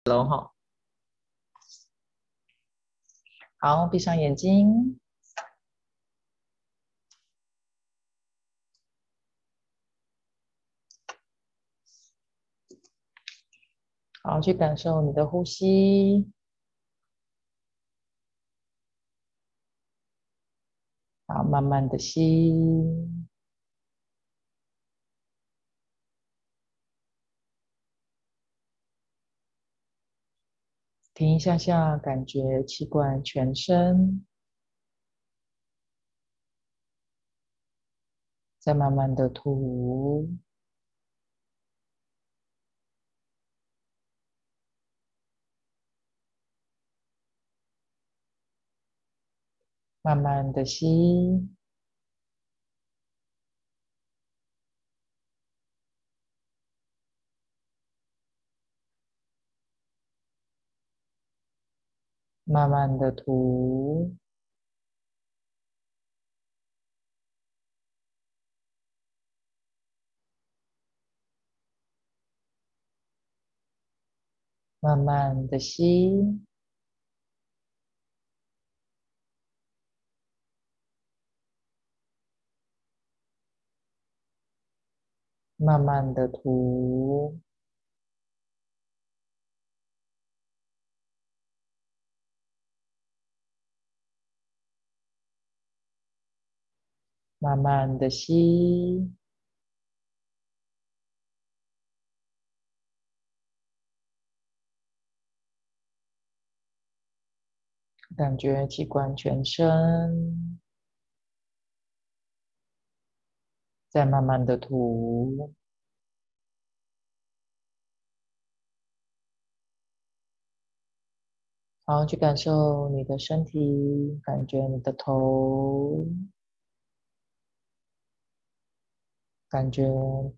喽哈。好，闭上眼睛，好，去感受你的呼吸。好，慢慢的吸，停一下下，感觉气贯全身，再慢慢的吐，慢慢的吸，慢慢的吐，慢慢的吸，慢慢的吐，慢慢的吸，感觉气贯全身，再慢慢的吐。好，去感受你的身体，感觉你的头，感觉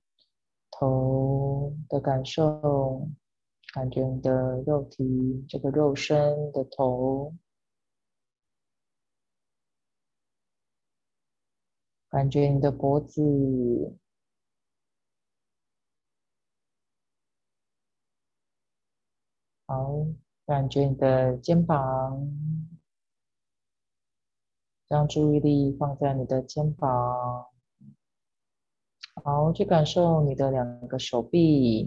头的感受，感觉你的肉体，这个肉身的头，感觉你的脖子，好，感觉你的肩膀，将注意力放在你的肩膀，好，去感受你的两个手臂，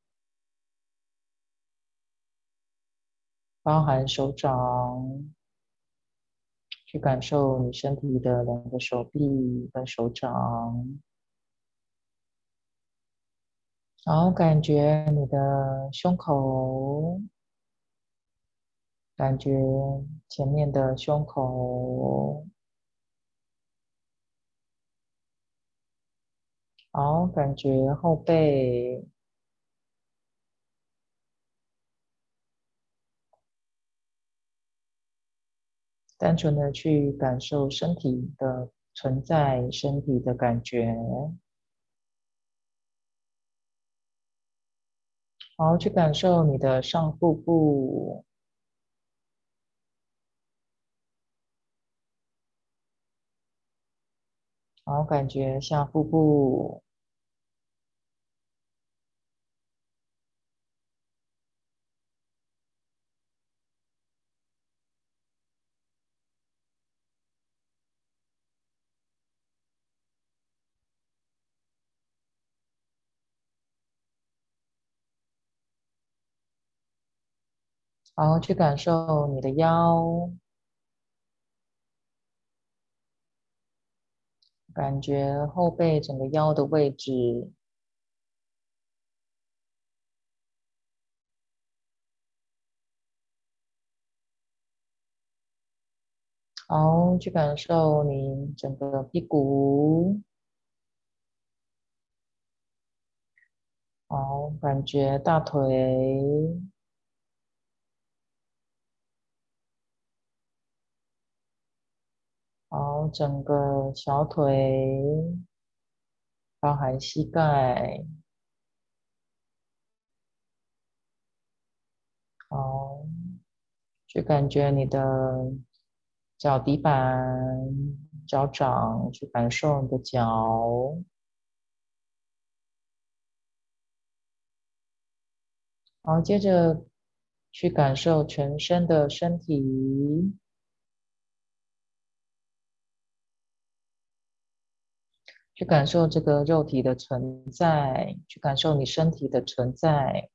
包含手掌。去感受你身体的两个手臂跟手掌，然后感觉你的胸口，感觉前面的胸口，好，感觉后背，单纯的去感受身体的存在，身体的感觉，好，去感受你的上腹部，好，感觉下腹部，好，去感受你的腰。感觉后背整个腰的位置，好，去感受你整个屁股，好，感觉大腿，好，整个小腿，包含膝盖，好，去感觉你的脚底板、脚掌，去感受你的脚，好，接着去感受全身的身体，去感受这个肉体的存在，去感受你身体的存在。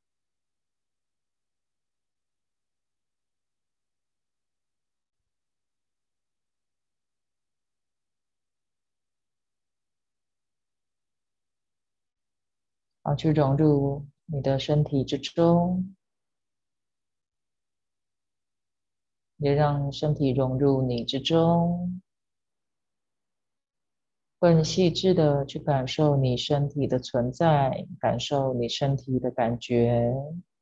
去融入你的身体之中，也让身体融入你之中，更细致的去感受你身体的存在，感受你身体的感觉。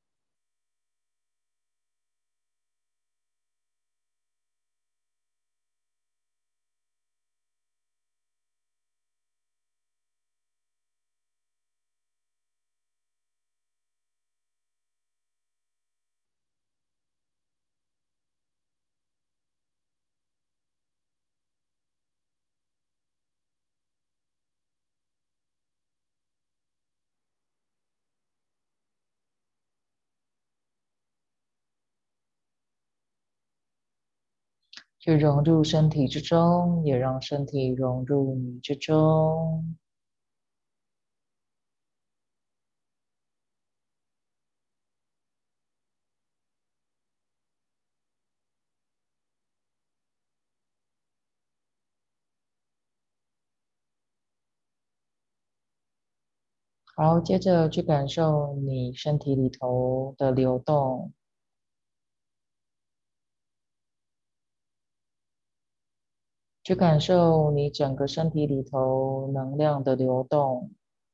去融入身体之中，也让身体融入你之中。好，接着去感受你身体里头的流动，去感受你整个身体里头能量的流动，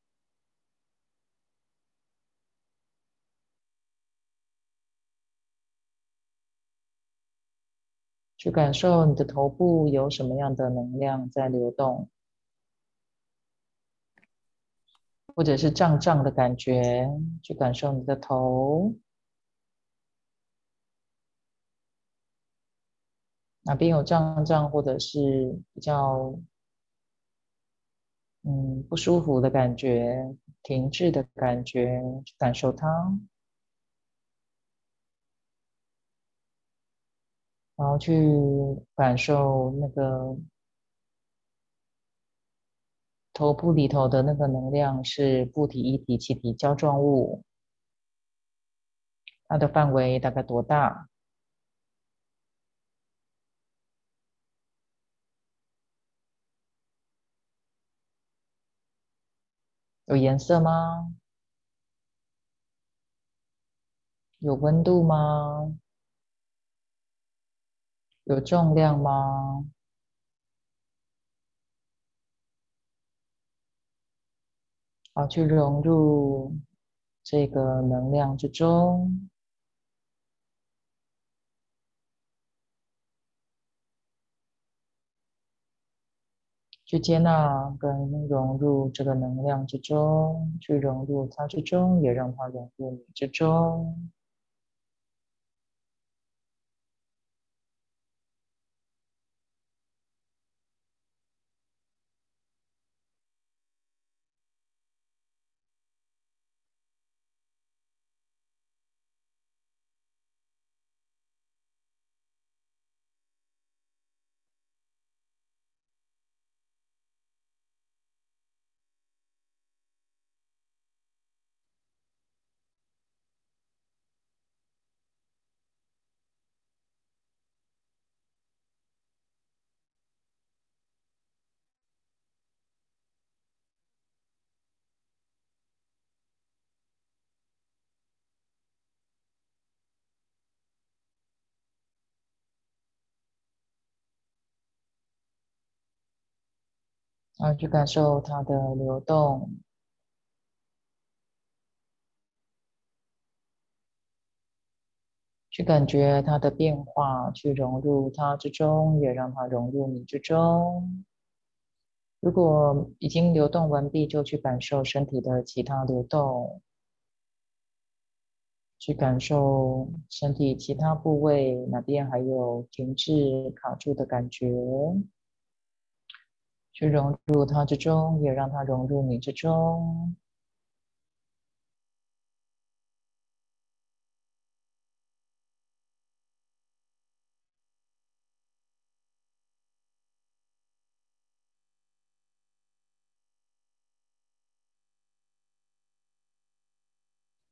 去感受你的头部有什么样的能量在流动，或者是胀胀的感觉，去感受你的头哪边有胀胀，或者是比较不舒服的感觉、停滞的感觉，去感受它，然后去感受那个头部里头的那个能量是固体、液体、气体、胶状物，它的范围大概多大？有颜色吗？有温度吗？有重量吗？好，去融入这个能量之中，去接纳跟融入这个能量之中，去融入它之中，也让它融入你之中。然后去感受它的流动，去感觉它的变化，去融入它之中，也让它融入你之中。如果已经流动完毕，就去感受身体的其他流动，去感受身体其他部位哪边还有停滞卡住的感觉，去融入它之中，也让它融入你之中。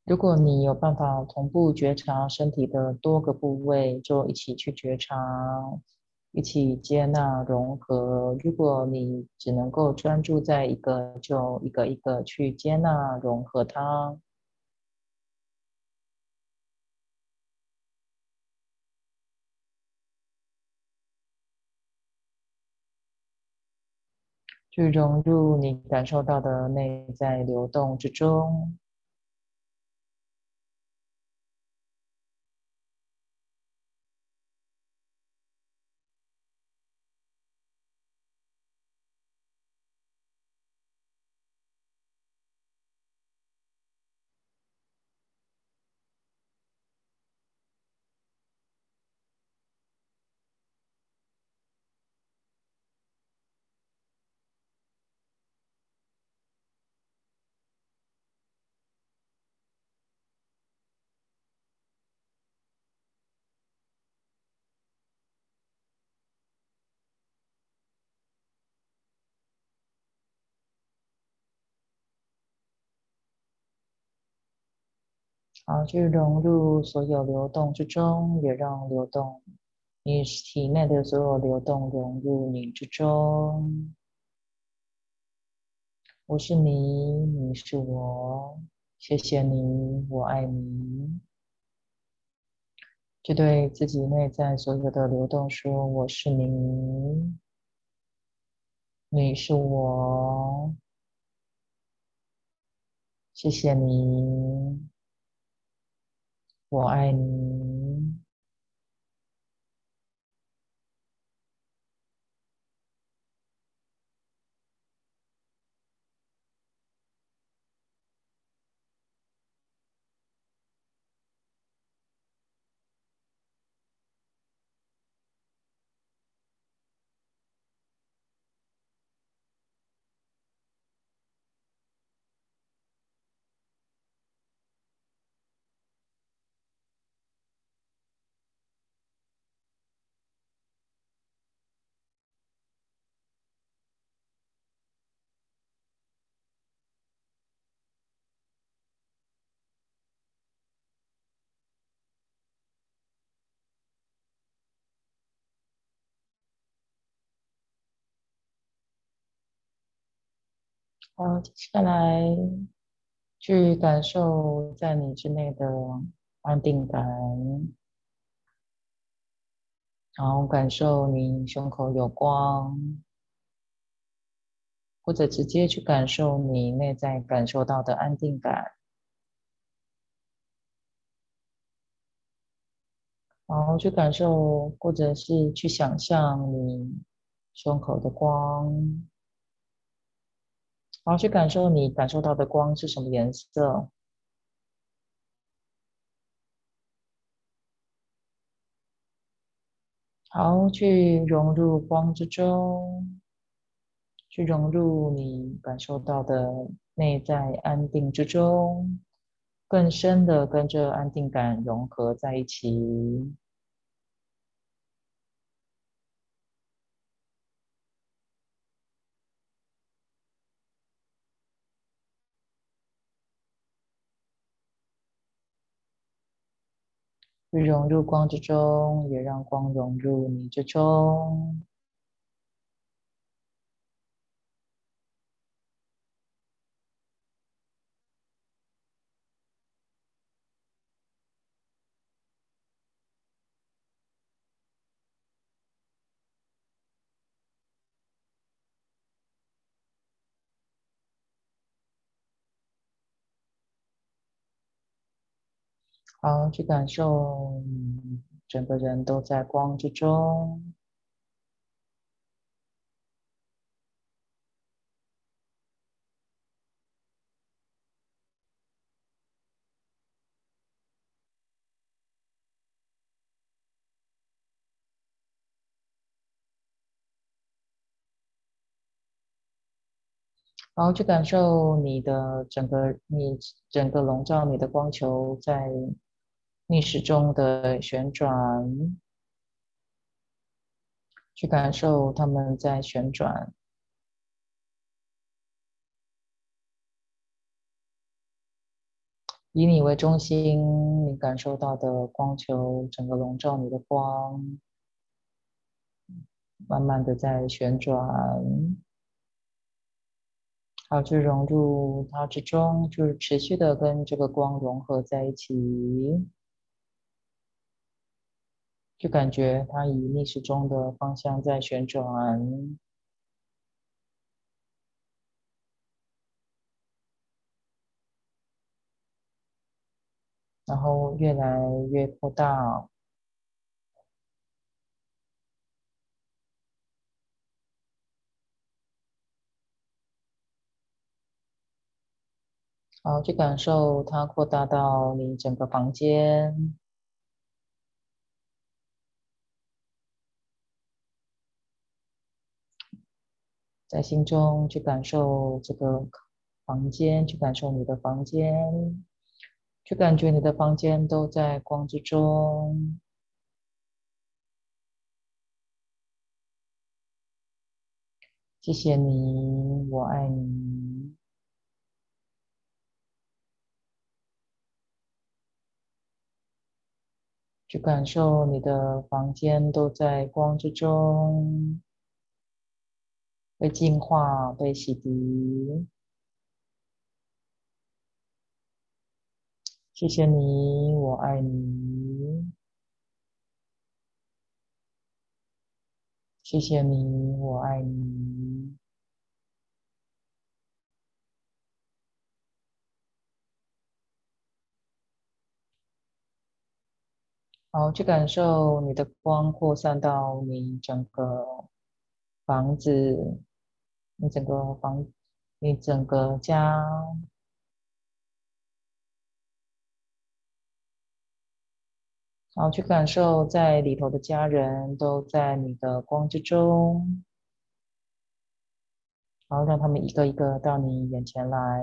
如果你有办法同步觉察身体的多个部位，就一起去觉察，一起接纳融合。如果你只能够专注在一个，就一个一个去接纳融合它，去融入你感受到的内在流动之中。好，去融入所有流动之中，也让流动，你体内的所有流动融入你之中。我是你，你是我，谢谢你，我爱你。就对自己内在所有的流动说：我是你，你是我，谢谢你，我爱你。好，接下来去感受在你之内的安定感，然后感受你胸口有光，或者直接去感受你内在感受到的安定感，然后去感受，或者是去想象你胸口的光，然后去感受你感受到的光是什么颜色，好，去融入光之中，去融入你感受到的内在安定之中，更深的跟这安定感融合在一起。去融入光之中，也让光融入你之中。好，去感受，整个人都在光之中。然后去感受你整个笼罩你的光球在逆时钟的旋转，去感受它们在旋转。 以你为中心，你感受到的光球整个笼罩你的光，慢慢的在旋转，好，就融入它之中，就是持续的跟这个光融合在一起，就感觉它以逆时钟的方向在旋转，然后越来越扩大。好，去感受它扩大到你整个房间，在心中去感受这个房间，去感受你的房间，去感觉你的房间都在光之中。谢谢你，我爱你。去感受你的房间都在光之中，被净化、被洗涤。谢谢你，我爱你。谢谢你，我爱你。好，去感受你的光扩散到你整个房子，你整个房，你整个家。好，去感受在里头的家人都在你的光之中。然后让他们一个一个到你眼前来。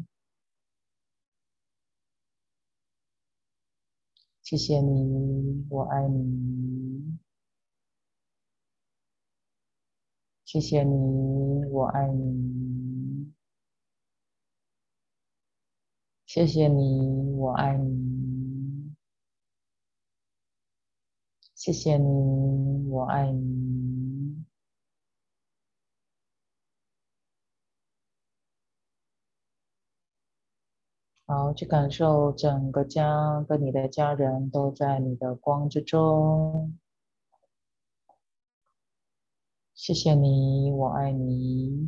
谢谢你，我爱你。谢谢你，我爱你。谢谢你，我爱你。谢谢你，我爱你。好，去感受整个家跟你的家人都在你的光之中。谢谢你，我爱你。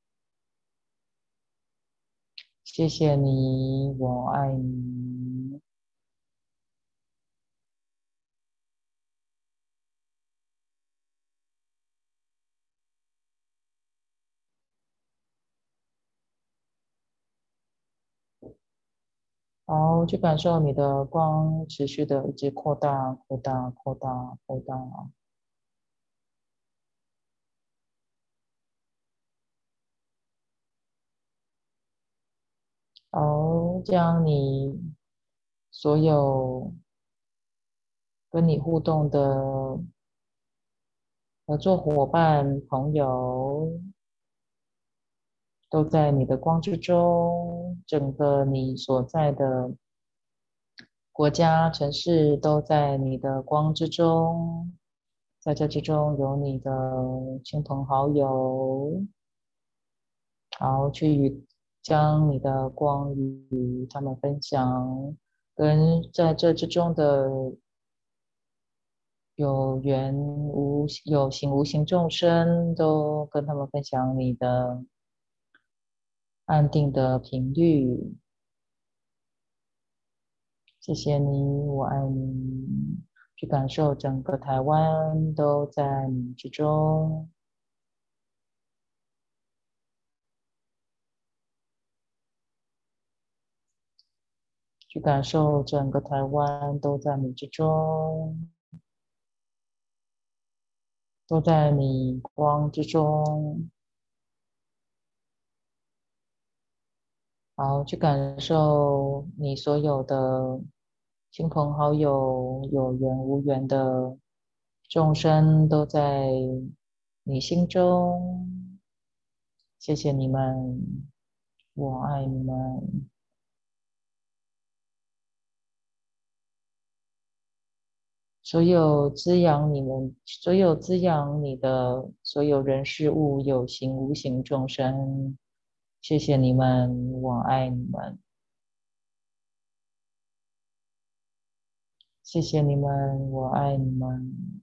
谢谢你，我爱你。好，去感受你的光持续的一直扩大、扩大、扩大、扩大。好，将你所有跟你互动的合作伙伴、朋友，都在你的光之中，整个你所在的国家、城市都在你的光之中。在这之中有你的亲朋好友，好，将你的光与他们分享，跟在这之中的有形无形众生，都跟他们分享你的安定的频率。谢谢你，我爱你。去感受整个台湾都在你之中，去感受整个台湾都在你之中。都在你光之中，好，去感受你所有的亲朋好友，有缘无缘的众生都在你心中。谢谢你们，我爱你们。 所有滋养你们，所有滋养你的所有人事物，有形无形众生，谢谢你们，我爱你们，谢谢你们，我爱你们。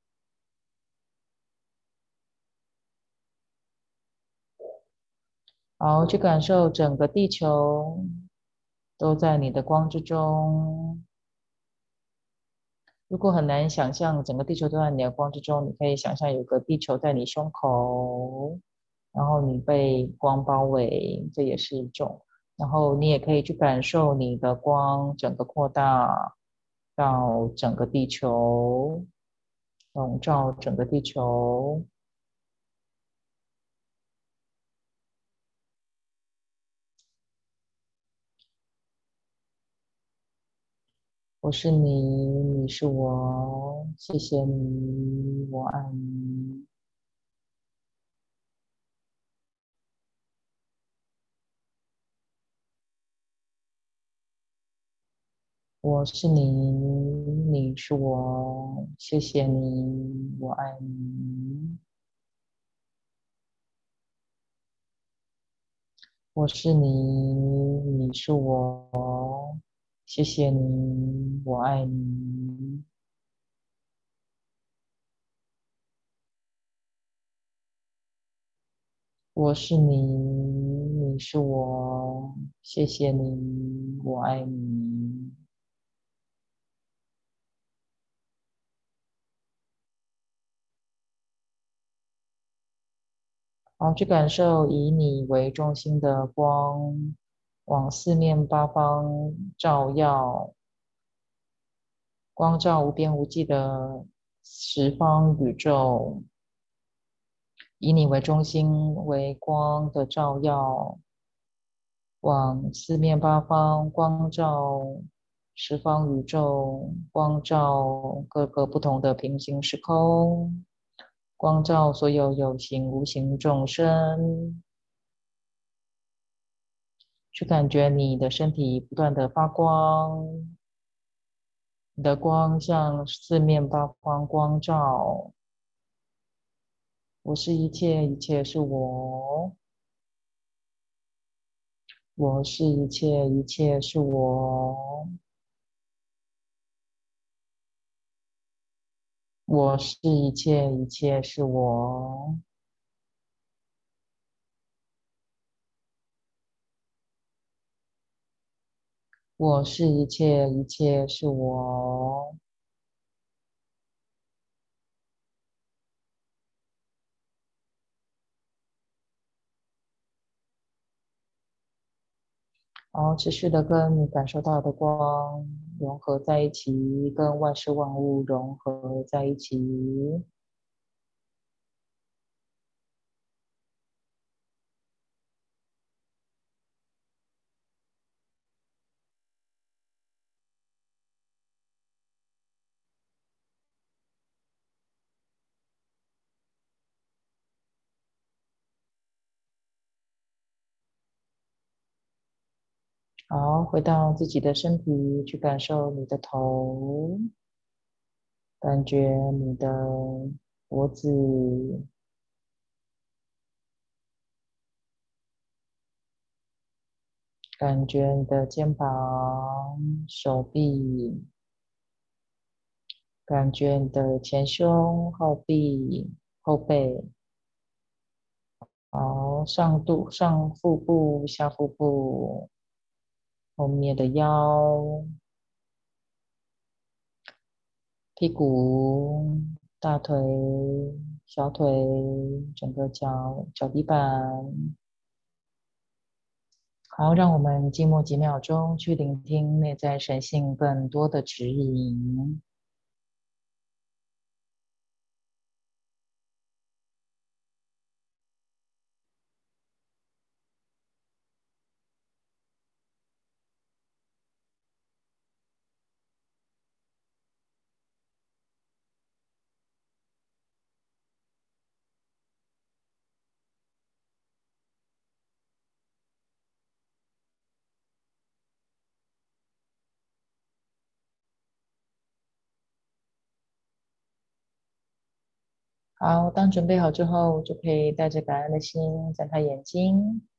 好，去感受整个地球都在你的光之中。如果很难想象整个地球都在你的光之中，你可以想象有个地球在你胸口，然后你被光包围，这也是一种。然后你也可以去感受你的光整个扩大到整个地球，笼罩整个地球。我是你，你是我，谢谢你，我爱你。我是你，你是我，谢谢你，我爱你。我是你，你是我，谢谢你，我爱你。我是你，你是我，谢谢你，我爱你。好，去感受以你为中心的光往四面八方照耀，光照无边无际的十方宇宙，以你为中心为光的照耀，往四面八方光照十方宇宙，光照各个不同的平行时空，光照所有有形无形众生，去感觉你的身体不断的发光，你的光向四面八方光照。我是一切，一切是我。我是一切，一切是我。我是一切，一切是我。我是一切，一切是我。然后持续的跟你感受到的光融合在一起，跟万事万物融合在一起。好，回到自己的身体，去感受你的头，感觉你的脖子，感觉你的肩膀、手臂，感觉你的前胸、后臂、后背，好，上腹部、下腹部，后面的腰、屁股、大腿、小腿，整个脚底板。好，让我们静默几秒钟，去聆听内在神性更多的指引。 好，当准备好之后，就可以带着感恩的心，睁开眼睛。